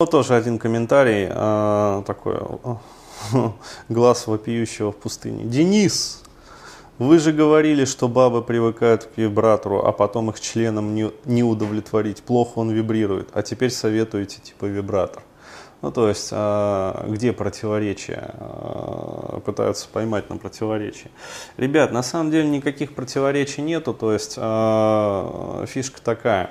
Вот тоже один комментарий, такой, глаз вопиющего в пустыне. Денис, вы же говорили, что бабы привыкают к вибратору, а потом их членом не удовлетворить. Плохо он вибрирует, а теперь советуете типа вибратор. Ну, то есть, где противоречия? Пытаются поймать на противоречие. Ребят, на самом деле никаких противоречий нету. То есть, фишка такая,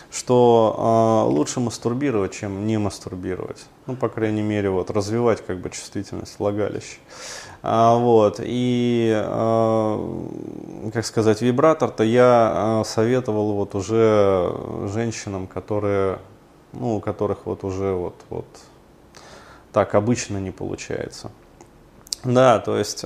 что лучше мастурбировать, чем не мастурбировать. Ну, по крайней мере, вот, развивать как бы чувствительность влагалища. Вот, и, как сказать, вибратор-то я советовал вот уже женщинам, которые, ну, у которых вот уже вот так обычно не получается. Да, то есть,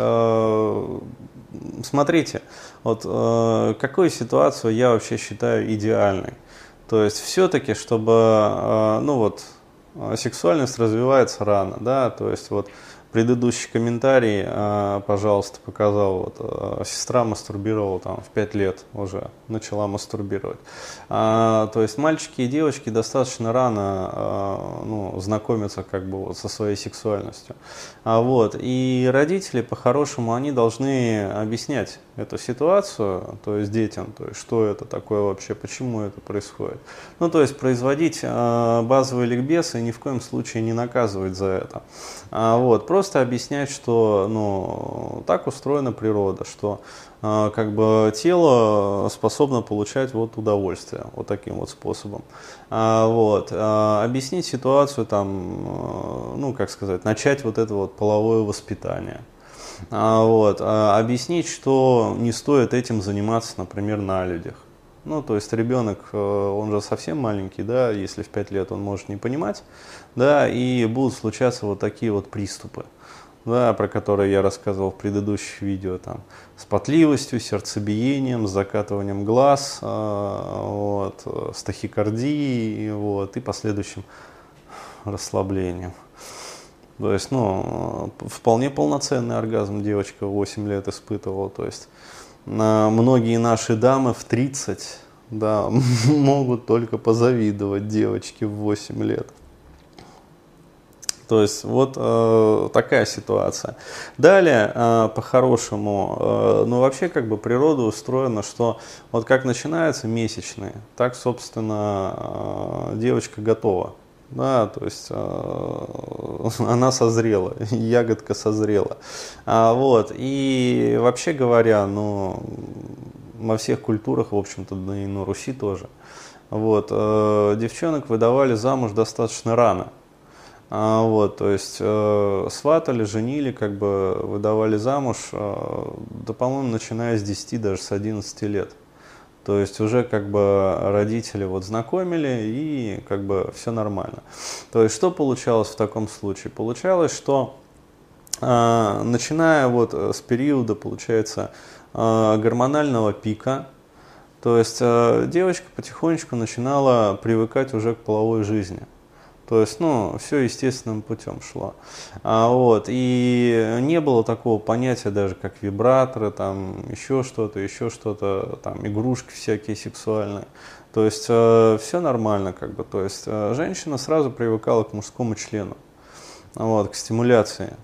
смотрите, вот какую ситуацию я вообще считаю идеальной. То есть, все-таки, чтобы, ну вот, сексуальность развивается рано, да, то есть, вот, предыдущий комментарий, пожалуйста, показал, вот, сестра мастурбировала там в 5 лет уже, начала мастурбировать. То есть мальчики и девочки достаточно рано ну, знакомятся как бы вот со своей сексуальностью. Вот, и родители по-хорошему, они должны объяснять эту ситуацию, то есть детям, то есть что это такое вообще, почему это происходит. Ну, то есть производить базовый ликбез и ни в коем случае не наказывать за это. Вот, просто объяснять, что ну, так устроена природа, что как бы тело способно получать вот удовольствие вот таким вот способом. Вот, объяснить ситуацию, там, ну, как сказать, начать вот это вот половое воспитание. Вот, объяснить, что не стоит этим заниматься, например, на людях. Ну, то есть ребенок, он же совсем маленький, да, если в 5 лет он может не понимать, да, и будут случаться вот такие вот приступы, да, про которые я рассказывал в предыдущих видео, там, с потливостью, сердцебиением, с закатыванием глаз, вот, с тахикардией, вот, и последующим расслаблением. То есть, ну, вполне полноценный оргазм девочка в 8 лет испытывала, то есть, многие наши дамы в 30, да, могут только позавидовать девочке в 8 лет. То есть вот такая ситуация. Далее, по-хорошему, ну вообще как бы природа устроена, что вот как начинаются месячные, так, собственно, девочка готова. Да, то есть она созрела, ягодка созрела. Вот, и вообще говоря, ну, во всех культурах, в общем-то, да и на Руси тоже, вот, девчонок выдавали замуж достаточно рано. Вот, то есть сватали, женили, как бы выдавали замуж, да, по-моему, начиная с 10, даже с 11 лет. То есть уже как бы родители вот знакомили и как бы все нормально. То есть что получалось в таком случае? Получалось, что начиная вот с периода, получается, гормонального пика, то есть девочка потихонечку начинала привыкать уже к половой жизни. То есть, ну, все естественным путем шло. Вот, и не было такого понятия даже, как вибраторы, там, еще что-то, там, игрушки всякие сексуальные. То есть, все нормально, как бы, то есть, женщина сразу привыкала к мужскому члену. Вот, к стимуляции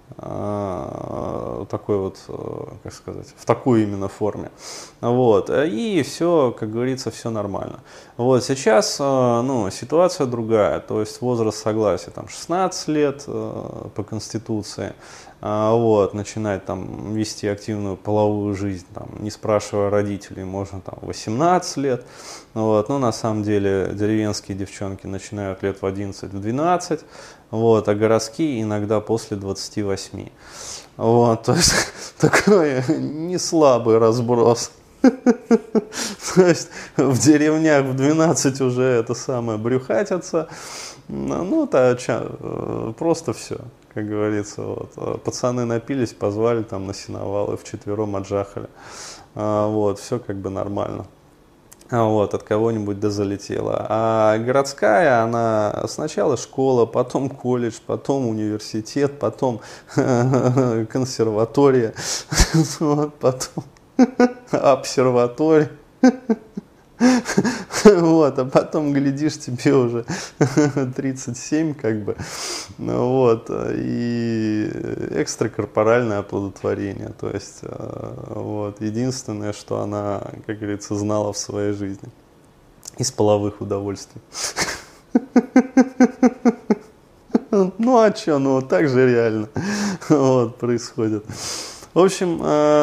такой вот, как сказать, в такой именно форме. Вот, и все, как говорится, все нормально. Вот, сейчас, ну, ситуация другая, то есть возраст согласия, там, 16 лет по Конституции, вот, начинать там вести активную половую жизнь, там, не спрашивая родителей, можно там 18 лет, вот, но на самом деле деревенские девчонки начинают лет в 11-12, вот, а городские иногда после 28. Вот, то есть такой не слабый разброс. То есть в деревнях в 12 уже это самое брюхатятся. Ну, это просто все, как говорится. Вот. Пацаны напились, позвали там на сеновал и вчетвером отжахали. Вот, все как бы нормально. Вот, от кого-нибудь да залетела. А городская, она сначала школа, потом колледж, потом университет, потом консерватория, вот, потом обсерватория. Вот, а потом, глядишь, тебе уже 37, как бы, ну вот, и экстракорпоральное оплодотворение, то есть, вот, единственное, что она, как говорится, знала в своей жизни из половых удовольствий. Ну, а что, ну, так же реально, вот, происходит. В общем,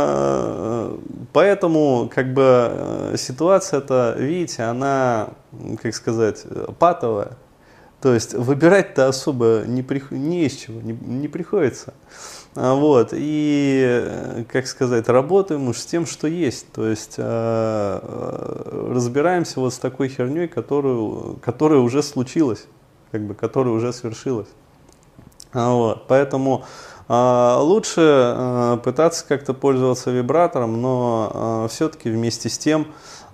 поэтому как бы ситуация-то, видите, она, как сказать, патовая. То есть выбирать-то особо не из чего, не приходится. Вот, и, как сказать, работаем уж с тем, что есть. То есть разбираемся вот с такой херней, которая уже случилась, как бы, которая уже свершилась. Вот, поэтому лучше пытаться как-то пользоваться вибратором, но все-таки вместе с тем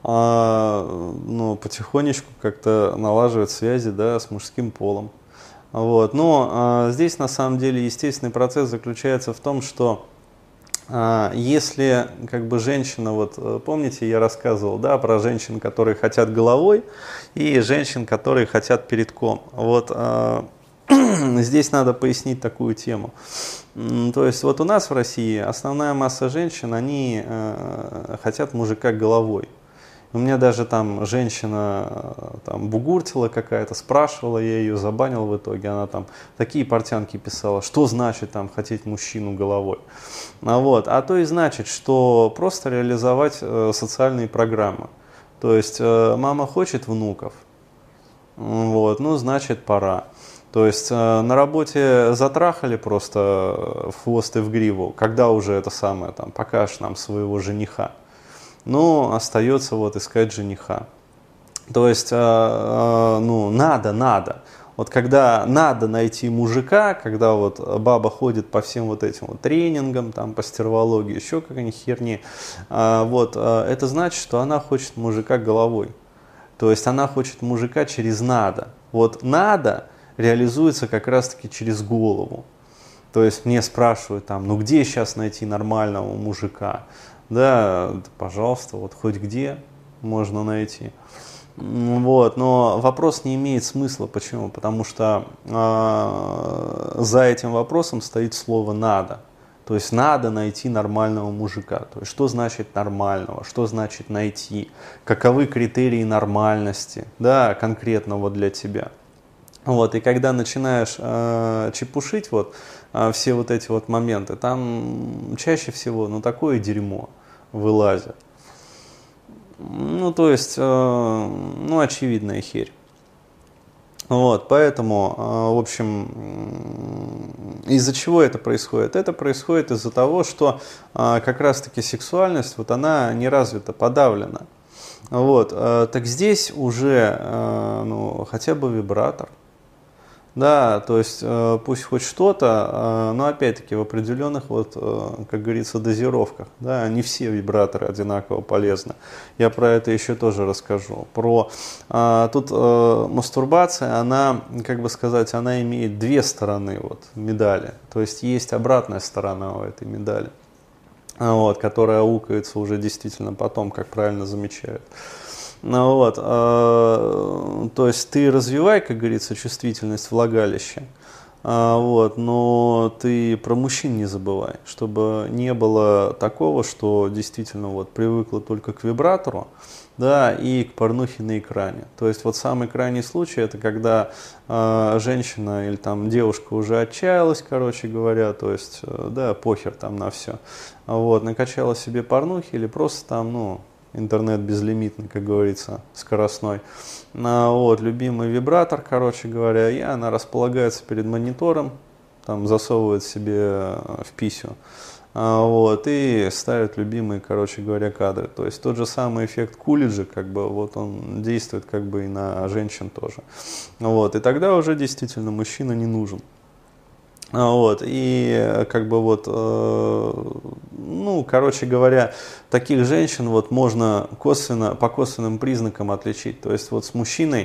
ну, потихонечку как-то налаживать связи, да, с мужским полом. Вот. Но здесь на самом деле естественный процесс заключается в том, что если как бы женщина, вот помните, я рассказывал, да, про женщин, которые хотят головой, и женщин, которые хотят передком. Вот здесь надо пояснить такую тему. То есть вот у нас в России основная масса женщин, они хотят мужика головой. У меня даже там женщина там бугуртила какая-то, спрашивала, я ее забанил в итоге, она там такие портянки писала, что значит там хотеть мужчину головой. Вот. А то и значит, что просто реализовать социальные программы. То есть мама хочет внуков, вот, ну значит пора. То есть на работе затрахали просто в хвост и в гриву, когда уже это самое, там, покажешь нам своего жениха. Ну, остается вот искать жениха. То есть, ну, надо. Вот когда надо найти мужика, когда вот баба ходит по всем вот этим вот тренингам, там, по стервологии, еще какой-нибудь херни, вот, это значит, что она хочет мужика головой. То есть она хочет мужика через надо. Вот надо реализуется как раз-таки через голову. То есть мне спрашивают там, ну где сейчас найти нормального мужика? Да, пожалуйста, вот хоть где можно найти. Вот, но вопрос не имеет смысла. Почему? Потому что за этим вопросом стоит слово «надо». То есть надо найти нормального мужика. То есть что значит нормального, что значит найти, каковы критерии нормальности, да, конкретного для тебя. Вот, и когда начинаешь чепушить вот, все вот эти вот моменты, там чаще всего ну, такое дерьмо вылазит. Ну, то есть, ну, очевидная херь. Вот, поэтому, в общем, из-за чего это происходит? Это происходит из-за того, что как раз-таки сексуальность, вот она не развита, подавлена. Вот, так здесь уже, ну, хотя бы вибратор. Да, то есть пусть хоть что-то, но опять-таки в определенных, вот, как говорится, дозировках. Да, не все вибраторы одинаково полезны. Я про это еще тоже расскажу. Тут мастурбация, она, как бы сказать, она имеет две стороны вот, медали. То есть есть обратная сторона у этой медали, вот, которая аукается уже действительно потом, как правильно замечают. Ну, вот, то есть ты развивай, как говорится, чувствительность влагалища, вот, но ты про мужчин не забывай, чтобы не было такого, что действительно вот привыкла только к вибратору, да, и к порнухе на экране. То есть вот самый крайний случай это когда женщина или там девушка уже отчаялась, короче говоря, то есть да, похер там на все, вот, накачала себе порнухи или просто там, ну, интернет безлимитный, как говорится, скоростной. Вот, любимый вибратор, короче говоря, и она располагается перед монитором, там засовывает себе в писю, вот, и ставит любимые, короче говоря, кадры. То есть тот же самый эффект Кулиджа, как бы, вот он действует как бы и на женщин тоже. Вот, и тогда уже действительно мужчина не нужен. Вот, и как бы вот, ну, короче говоря, таких женщин вот можно по косвенным признакам отличить. То есть вот с мужчиной,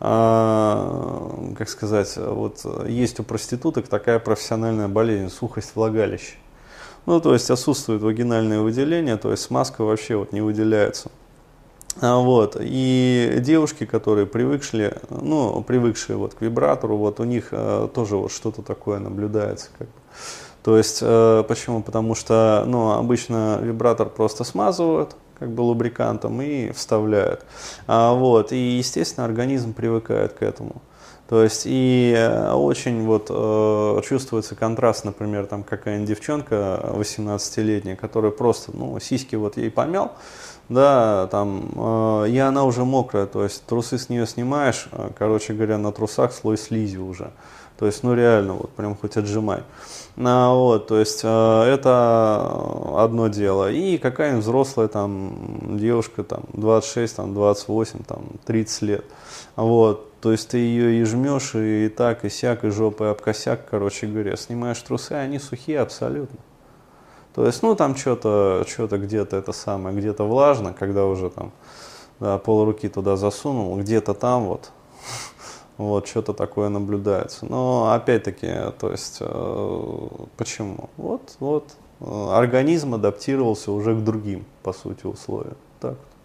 как сказать, вот есть у проституток такая профессиональная болезнь, сухость влагалища. Ну, то есть отсутствует вагинальное выделение, то есть смазка вообще вот не выделяется. Вот. И девушки, которые привыкшие вот к вибратору, вот у них тоже вот что-то такое наблюдается. Как бы. То есть, почему? Потому что, ну, обычно вибратор просто смазывают, как бы лубрикантом и вставляют. Вот. И, естественно, организм привыкает к этому. То есть и очень вот чувствуется контраст, например, там какая-нибудь девчонка 18-летняя, которая просто, ну, сиськи вот ей помял, да, там, и она уже мокрая, то есть трусы с нее снимаешь, короче говоря, на трусах слой слизи уже. То есть, ну реально, вот прям хоть отжимай. Вот, то есть это одно дело. И какая-нибудь взрослая там девушка, там 26, там 28, там 30 лет. Вот, то есть ты ее и жмешь, и так, и сяк, и жопой об косяк, короче говоря, снимаешь трусы, они сухие абсолютно. То есть, ну, там что-то где-то это самое, где-то влажно, когда уже там, да, пол руки туда засунул, где-то там вот что-то такое наблюдается. Но опять-таки, то есть, почему? Вот, организм адаптировался уже к другим, по сути, условиям. Так.